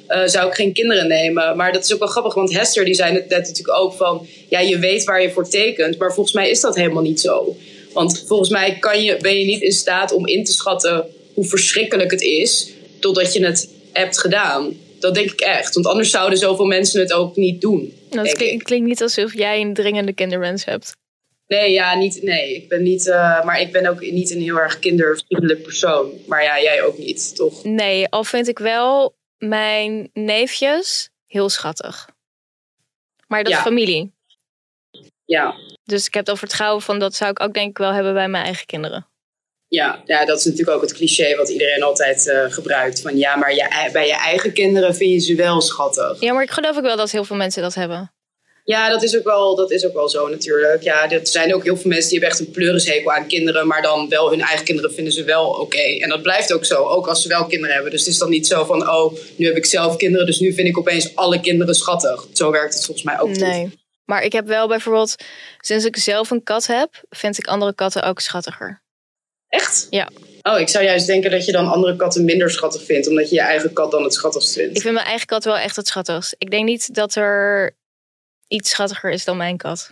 zou ik geen kinderen nemen. Maar dat is ook wel grappig, want Hester die zei het net natuurlijk ook van... ja, je weet waar je voor tekent, maar volgens mij is dat helemaal niet zo. Want volgens mij ben je niet in staat om in te schatten hoe verschrikkelijk het is... totdat je het hebt gedaan. Dat denk ik echt. Want anders zouden zoveel mensen het ook niet doen. Dat klinkt niet alsof jij een dringende kinderwens hebt. Nee, ik ben niet... maar ik ben ook niet een heel erg kindervriendelijk persoon. Maar ja, jij ook niet, toch? Nee, al vind ik wel mijn neefjes heel schattig. Maar dat is familie. Ja. Dus ik heb het vertrouwen van dat zou ik ook denk ik wel hebben bij mijn eigen kinderen. Ja, dat is natuurlijk ook het cliché wat iedereen altijd gebruikt. Van ja, maar bij je eigen kinderen vind je ze wel schattig. Ja, maar ik geloof ook wel dat heel veel mensen dat hebben. Ja, dat is ook wel zo natuurlijk. Ja, er zijn ook heel veel mensen die hebben echt een pleurishekel aan kinderen. Maar dan wel hun eigen kinderen vinden ze wel oké. En dat blijft ook zo, ook als ze wel kinderen hebben. Dus het is dan niet zo van, nu heb ik zelf kinderen. Dus nu vind ik opeens alle kinderen schattig. Zo werkt het volgens mij ook niet. Nee, maar ik heb wel bijvoorbeeld, sinds ik zelf een kat heb, vind ik andere katten ook schattiger. Echt? Ja. Oh, ik zou juist denken dat je dan andere katten minder schattig vindt. Omdat je je eigen kat dan het schattigst vindt. Ik vind mijn eigen kat wel echt het schattigst. Ik denk niet dat er iets schattiger is dan mijn kat.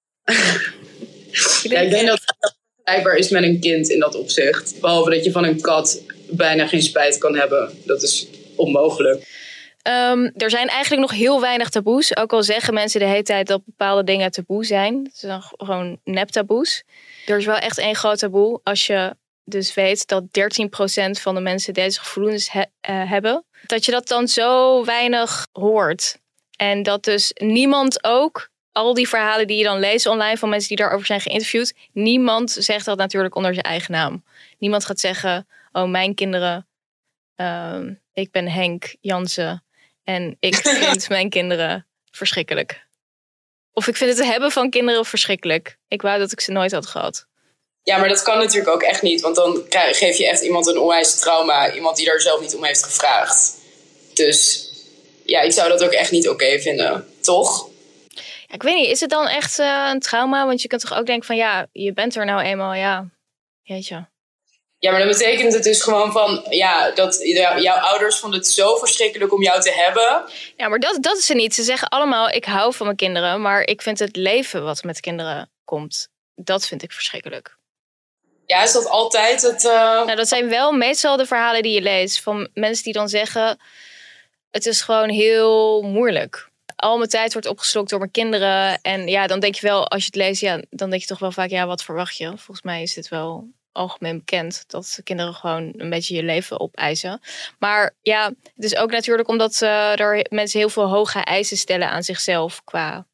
Ik denk dat het vergelijkbaar is met een kind in dat opzicht. Behalve dat je van een kat bijna geen spijt kan hebben. Dat is onmogelijk. Er zijn eigenlijk nog heel weinig taboes. Ook al zeggen mensen de hele tijd dat bepaalde dingen taboe zijn. Het zijn gewoon neptaboes. Er is wel echt één groot taboe. Als je dus weet dat 13% van de mensen deze gevoelens hebben. Dat je dat dan zo weinig hoort. En dat dus niemand ook, al die verhalen die je dan leest online van mensen die daarover zijn geïnterviewd. Niemand zegt dat natuurlijk onder zijn eigen naam. Niemand gaat zeggen, mijn kinderen, ik ben Henk Jansen. En ik vind mijn kinderen verschrikkelijk. Of ik vind het hebben van kinderen verschrikkelijk. Ik wou dat ik ze nooit had gehad. Ja, maar dat kan natuurlijk ook echt niet. Want dan geef je echt iemand een onwijs trauma. Iemand die daar zelf niet om heeft gevraagd. Dus ja, ik zou dat ook echt niet oké vinden. Toch? Ja, ik weet niet, is het dan echt een trauma? Want je kunt toch ook denken van ja, je bent er nou eenmaal, jeetje. Ja, maar dat betekent het dus gewoon van... ja, dat jouw ouders vonden het zo verschrikkelijk om jou te hebben. Ja, maar dat is het niet. Ze zeggen allemaal, ik hou van mijn kinderen... maar ik vind het leven wat met kinderen komt... dat vind ik verschrikkelijk. Ja, is dat altijd het... Nou, dat zijn wel meestal de verhalen die je leest... van mensen die dan zeggen... het is gewoon heel moeilijk. Al mijn tijd wordt opgeslokt door mijn kinderen. En ja, dan denk je wel, als je het leest... ja, dan denk je toch wel vaak, ja, wat verwacht je? Volgens mij is dit wel... algemeen bekend dat kinderen gewoon een beetje je leven opeisen. Maar ja, het is ook natuurlijk omdat er mensen heel veel hoge eisen stellen aan zichzelf qua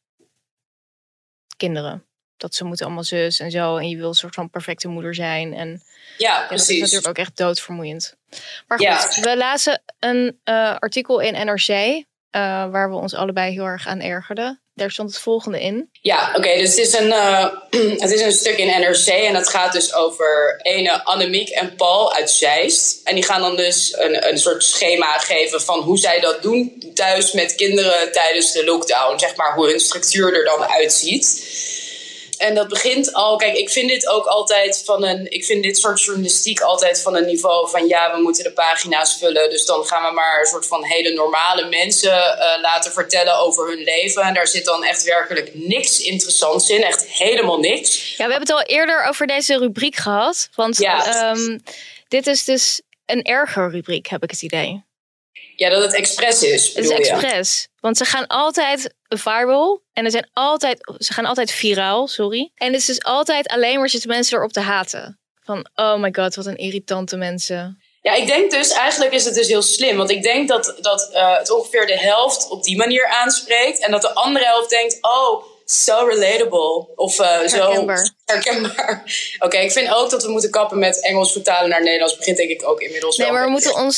kinderen. Dat ze moeten allemaal zus en zo. En je wil een soort van perfecte moeder zijn. En ja, precies. Dat is natuurlijk ook echt doodvermoeiend. Maar goed, we lazen een artikel in NRC... waar we ons allebei heel erg aan ergerden. Daar stond het volgende in. Ja, oké, dus het is een stuk in NRC... en dat gaat dus over ene Annemiek en Paul uit Zeist. En die gaan dan dus een soort schema geven... van hoe zij dat doen thuis met kinderen tijdens de lockdown. Zeg maar hoe hun structuur er dan uitziet. En dat begint al... Kijk, ik vind dit ook altijd ik vind dit soort journalistiek altijd van een niveau van... ja, we moeten de pagina's vullen. Dus dan gaan we maar een soort van hele normale mensen laten vertellen over hun leven. En daar zit dan echt werkelijk niks interessants in. Echt helemaal niks. Ja, we hebben het al eerder over deze rubriek gehad. Want dit is dus een erger rubriek, heb ik het idee. Ja, dat het expres is. Het is expres. Want ze gaan altijd viral. En ze gaan altijd viraal, sorry. En het is dus altijd alleen maar zitten mensen erop te haten. Van, oh my god, wat een irritante mensen. Ja, ik denk dus, eigenlijk is het dus heel slim. Want ik denk dat het ongeveer de helft op die manier aanspreekt. En dat de andere helft denkt, oh, so relatable. Of herkenbaar. Zo herkenbaar. Oké, ik vind ook dat we moeten kappen met Engels vertalen naar Nederlands. Begint denk ik ook inmiddels wel. Nee, maar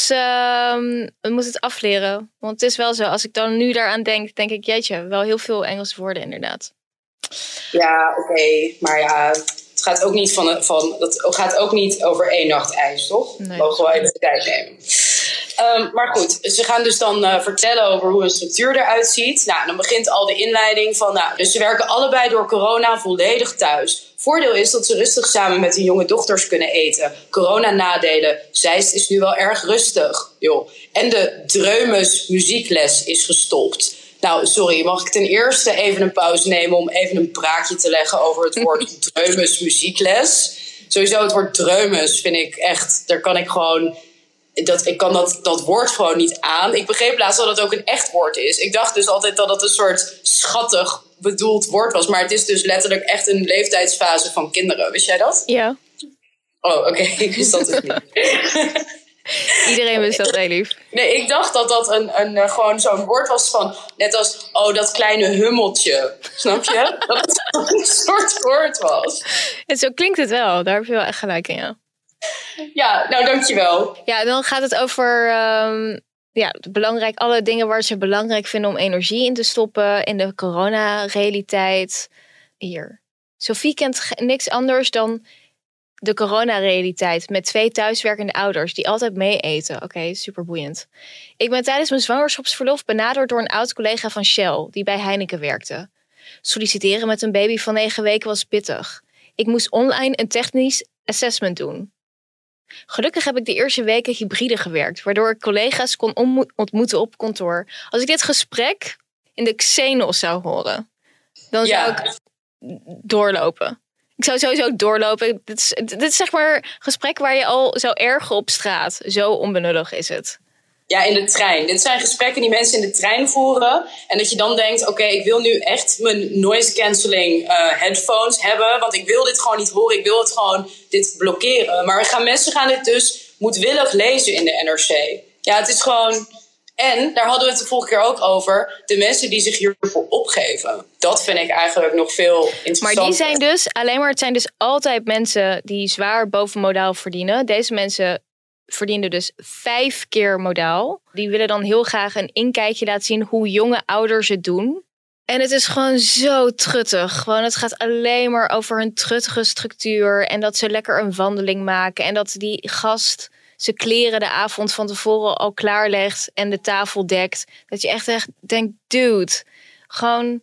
we moeten het afleren. Want het is wel zo, als ik dan nu daaraan denk ik, jeetje, wel heel veel Engelse woorden inderdaad. Ja, oké. Maar ja, het gaat ook niet dat gaat ook niet over 1 nacht ijs, toch? Nee, mogen we even de tijd nemen. Maar goed, ze gaan dus dan vertellen over hoe een structuur eruit ziet. Nou, dan begint al de inleiding van... dus ze werken allebei door corona volledig thuis. Voordeel is dat ze rustig samen met hun jonge dochters kunnen eten. Corona-nadelen. Zeist is nu wel erg rustig, joh. En de Dreumes muziekles is gestopt. Nou, sorry, mag ik ten eerste even een pauze nemen... om even een praatje te leggen over het woord Dreumes muziekles? Sowieso het woord Dreumes vind ik echt... Daar kan ik gewoon... Ik kan dat woord gewoon niet aan. Ik begreep laatst dat het ook een echt woord is. Ik dacht dus altijd dat het een soort schattig bedoeld woord was. Maar het is dus letterlijk echt een leeftijdsfase van kinderen. Wist jij dat? Ja. Oh, oké. Ik wist dat dus niet. Iedereen wist dat, heel lief. Nee, ik dacht dat dat een gewoon zo'n woord was van... Net als, dat kleine hummeltje. Snap je? Dat het een soort woord was. En zo klinkt het wel. Daar heb je wel echt gelijk in, ja. Ja, nou dankjewel. Ja, dan gaat het over alle dingen waar ze belangrijk vinden om energie in te stoppen in de corona-realiteit. Hier. Sophie kent niks anders dan de corona-realiteit met 2 thuiswerkende ouders die altijd mee eten. Oké, super boeiend. Ik ben tijdens mijn zwangerschapsverlof benaderd door een oud-collega van Shell die bij Heineken werkte. Solliciteren met een baby van 9 weken was pittig. Ik moest online een technisch assessment doen. Gelukkig heb ik de eerste weken hybride gewerkt, waardoor ik collega's kon ontmoeten op kantoor. Als ik dit gesprek in de Xenos zou horen, dan zou ik doorlopen. Ik zou sowieso doorlopen. Dit is zeg maar een gesprek waar je al zou ergen op straat. Zo onbenullig is het. Ja, in de trein. Dit zijn gesprekken die mensen in de trein voeren. En dat je dan denkt, oké, ik wil nu echt mijn noise cancelling headphones hebben. Want ik wil dit gewoon niet horen. Ik wil het gewoon dit blokkeren. Maar mensen gaan dit dus moedwillig lezen in de NRC. Ja, het is gewoon... En, daar hadden we het de vorige keer ook over... de mensen die zich hiervoor opgeven. Dat vind ik eigenlijk nog veel interessanter. Maar die zijn dus het zijn dus altijd mensen die zwaar boven modaal verdienen. Deze mensen verdienen dus 5 keer modaal. Die willen dan heel graag een inkijkje laten zien hoe jonge ouders het doen. En het is gewoon zo truttig. Gewoon, het gaat alleen maar over een truttige structuur. En dat ze lekker een wandeling maken. En dat die gast zijn kleren de avond van tevoren al klaarlegt en de tafel dekt. Dat je echt denkt, dude, gewoon...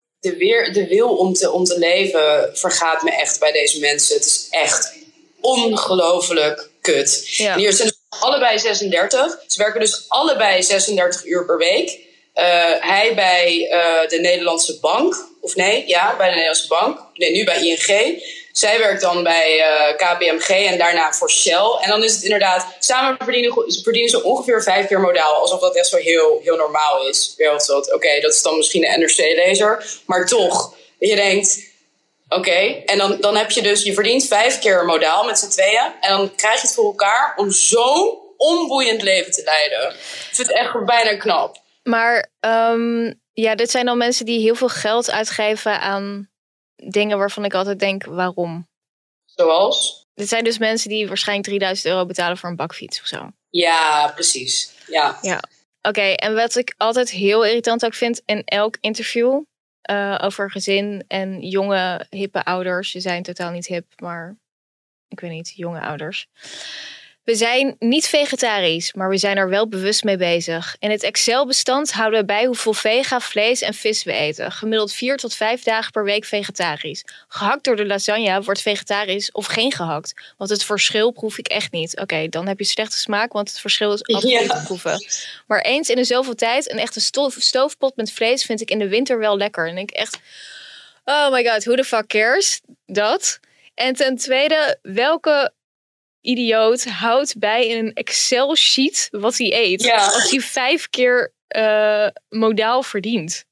De wil om te leven vergaat me echt bij deze mensen. Het is echt ongelooflijk kut. Ja. En hier zijn dus allebei 36. Ze werken dus allebei 36 uur per week. Hij bij de Nederlandse Bank. Of nee, ja, bij de Nederlandse Bank. Nee, nu bij ING. Zij werkt dan bij KPMG en daarna voor Shell. En dan is het inderdaad, samen verdienen ze ongeveer 5 keer modaal. Alsof dat echt zo heel, heel normaal is. Oké, dat is dan misschien een NRC-lezer. Maar toch, je denkt... Oké, en dan heb je dus... Je verdient 5 keer modaal met z'n tweeën. En dan krijg je het voor elkaar om zo'n onboeiend leven te leiden. Ik vind het echt bijna knap. Maar dit zijn dan mensen die heel veel geld uitgeven aan dingen waarvan ik altijd denk, waarom? Zoals? Dit zijn dus mensen die waarschijnlijk €3000 betalen voor een bakfiets of zo. Ja, precies. Ja. Oké, en wat ik altijd heel irritant ook vind in elk interview over gezin en jonge, hippe ouders. Ze zijn totaal niet hip, maar ik weet niet, jonge ouders. We zijn niet vegetarisch, maar we zijn er wel bewust mee bezig. In het Excel-bestand houden we bij hoeveel vega, vlees en vis we eten. Gemiddeld 4 tot 5 dagen per week vegetarisch. Gehakt door de lasagne wordt vegetarisch of geen gehakt. Want het verschil proef ik echt niet. Oké, dan heb je slechte smaak, want het verschil is absoluut te proeven. Maar eens in de zoveel tijd, een echte stoofpot met vlees vind ik in de winter wel lekker. En ik echt, oh my god, who the fuck cares? Dat. En ten tweede, welke idioot houdt bij in een Excel-sheet wat hij eet. Ja. Als hij 5 keer modaal verdient.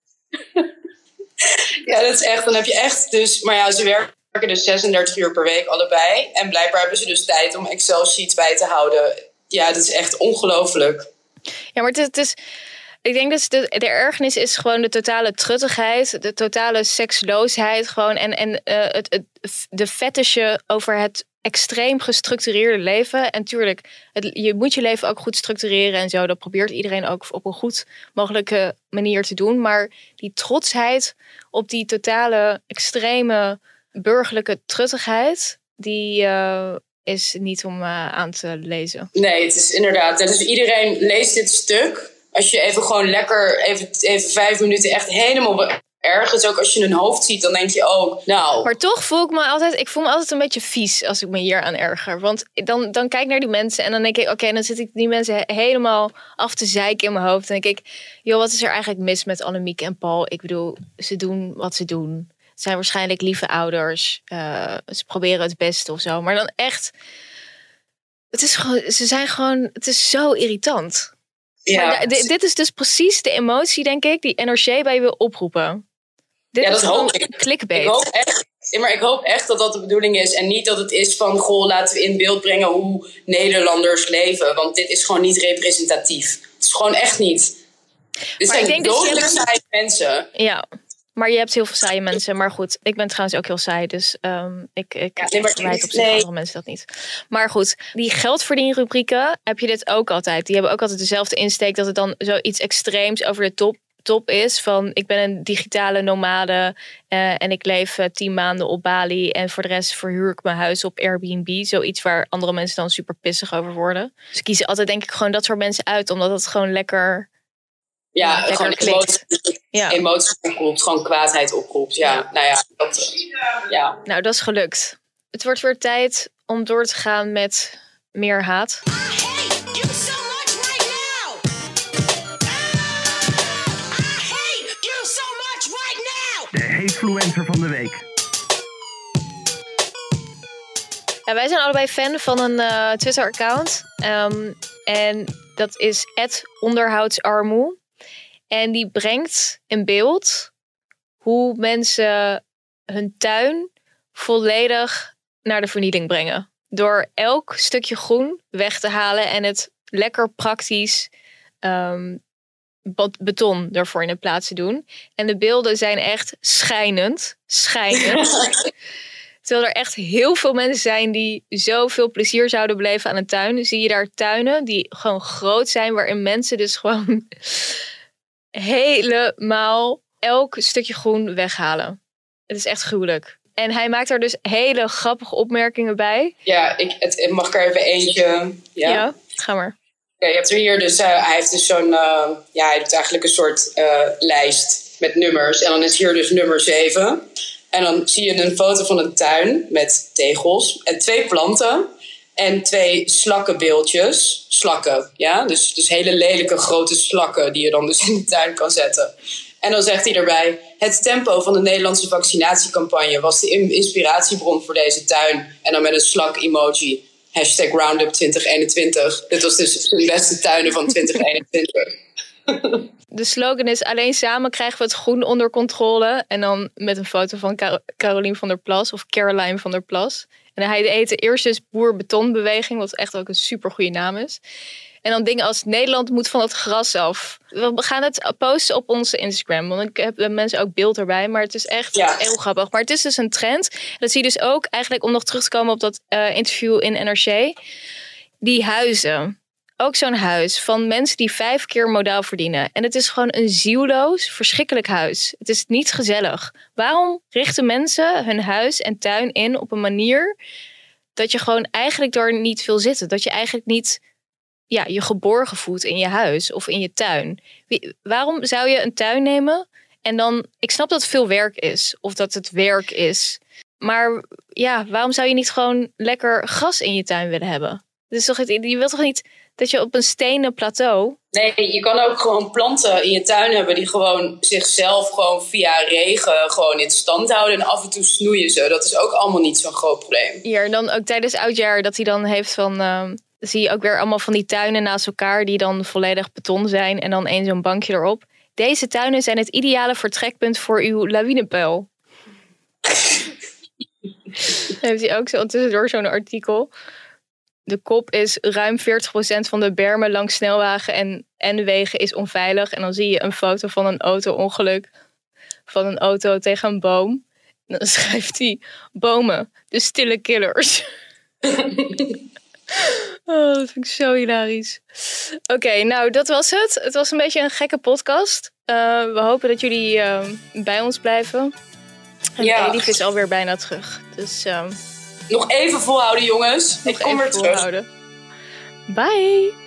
Ja, dat is echt. Dan heb je echt dus... Maar ja, ze werken dus 36 uur per week allebei. En blijkbaar hebben ze dus tijd om Excel-sheets bij te houden. Ja, dat is echt ongelooflijk. Ja, maar het is... Ik denk dat de ergernis is gewoon de totale truttigheid. De totale seksloosheid gewoon. En de fetische over het extreem gestructureerde leven. En tuurlijk, je moet je leven ook goed structureren en zo. Dat probeert iedereen ook op een goed mogelijke manier te doen. Maar die trotsheid op die totale extreme burgerlijke truttigheid, die is niet om aan te lezen. Nee, het is inderdaad. Dus iedereen leest dit stuk. Als je even gewoon lekker, even 5 minuten echt helemaal ergens. Ook als je een hoofd ziet, dan denk je ook, nou. Maar toch voel ik me altijd een beetje vies als ik me hier aan erger. Want dan kijk ik naar die mensen en dan denk ik, oké, dan zit ik die mensen helemaal af te zeiken in mijn hoofd. En dan denk ik, joh, wat is er eigenlijk mis met Annemiek en Paul? Ik bedoel, ze doen wat ze doen. Het zijn waarschijnlijk lieve ouders. Ze proberen het beste of zo. Maar dan echt, het is zo irritant. Ja. Dit is dus precies de emotie, denk ik, die NRC bij je wil oproepen. Dit is hoop ik. Clickbait. Ik hoop echt dat dat de bedoeling is. En niet dat het is van, goh, laten we in beeld brengen hoe Nederlanders leven. Want dit is gewoon niet representatief. Het is gewoon echt niet. Dit zijn dodelijk saaie mensen. Ja, maar je hebt heel veel saaie mensen. Maar goed, ik ben trouwens ook heel saai. Dus ik verwijt op zich andere mensen dat niet. Maar goed, die geldverdienrubrieken heb je dit ook altijd. Die hebben ook altijd dezelfde insteek. Dat het dan zoiets extreems over de top is. Van, ik ben een digitale nomade. En ik leef 10 maanden op Bali. En voor de rest verhuur ik mijn huis op Airbnb. Zoiets waar andere mensen dan super pissig over worden. Dus ik kies altijd denk ik gewoon dat soort mensen uit. Omdat het gewoon lekker... Ja, gewoon emoties oproept, gewoon kwaadheid oproept. Ja. Nou, dat is gelukt. Het wordt weer tijd om door te gaan met meer haat. De Hatefluencer van de week. Ja, wij zijn allebei fan van een Twitter-account. En dat is @onderhoudsarmoe. En die brengt in beeld hoe mensen hun tuin volledig naar de vernieling brengen. Door elk stukje groen weg te halen en het lekker praktisch beton ervoor in de plaats te doen. En de beelden zijn echt schijnend. Terwijl er echt heel veel mensen zijn die zoveel plezier zouden beleven aan een tuin. Zie je daar tuinen die gewoon groot zijn, waarin mensen dus gewoon helemaal elk stukje groen weghalen. Het is echt gruwelijk. En hij maakt er dus hele grappige opmerkingen bij. Ja, mag ik er even eentje? Ja, ga maar. Ja, je hebt er hier dus, hij heeft dus zo'n, hij doet eigenlijk een soort lijst met nummers. En dan is hier dus nummer 7. En dan zie je een foto van een tuin met tegels en 2 planten. En 2 slakkenbeeldjes. Slakken, ja. Dus hele lelijke grote slakken die je dan dus in de tuin kan zetten. En dan zegt hij erbij: het tempo van de Nederlandse vaccinatiecampagne was de inspiratiebron voor deze tuin. En dan met een slak-emoji. #Roundup 2021. Dit was dus de beste tuinen van 2021. De slogan is: alleen samen krijgen we het groen onder controle. En dan met een foto van Caroline van der Plas of Caroline van der Plas. En hij heette eerst dus Boer-Betonbeweging, wat echt ook een super goede naam is. En dan dingen als Nederland moet van het gras af. We gaan het posten op onze Instagram. Want ik heb mensen ook beeld erbij. Maar het is echt heel grappig. Maar het is dus een trend. Dat zie je dus ook eigenlijk, om nog terug te komen op dat interview in NRC. Die huizen. Ook zo'n huis van mensen die 5 keer modaal verdienen. En het is gewoon een zielloos, verschrikkelijk huis. Het is niet gezellig. Waarom richten mensen hun huis en tuin in op een manier dat je gewoon eigenlijk daar niet wil zitten? Dat je eigenlijk niet je geborgen voelt in je huis of in je tuin. Waarom zou je een tuin nemen en dan... Ik snap dat het veel werk is of dat het werk is. Maar ja, waarom zou je niet gewoon lekker gras in je tuin willen hebben? Dus je wilt toch niet dat je op een stenen plateau... Nee, je kan ook gewoon planten in je tuin hebben die gewoon zichzelf gewoon via regen gewoon in stand houden. En af en toe snoeien ze. Dat is ook allemaal niet zo'n groot probleem. Hier, en dan ook tijdens oudjaar dat hij dan heeft van... zie je ook weer allemaal van die tuinen naast elkaar die dan volledig beton zijn. En dan één zo'n bankje erop. Deze tuinen zijn het ideale vertrekpunt voor uw lawinepeil. Dan heeft hij ook zo tussendoor zo'n artikel. De kop is ruim 40% van de bermen langs snelwegen en wegen is onveilig. En dan zie je een foto van een auto-ongeluk. Van een auto tegen een boom. En dan schrijft hij: bomen, de stille killers. Oh, dat vind ik zo hilarisch. Oké, nou dat was het. Het was een beetje een gekke podcast. We hopen dat jullie bij ons blijven. En Elif is alweer bijna terug. Dus Nog even volhouden, jongens. Ik kom weer terug. Bye!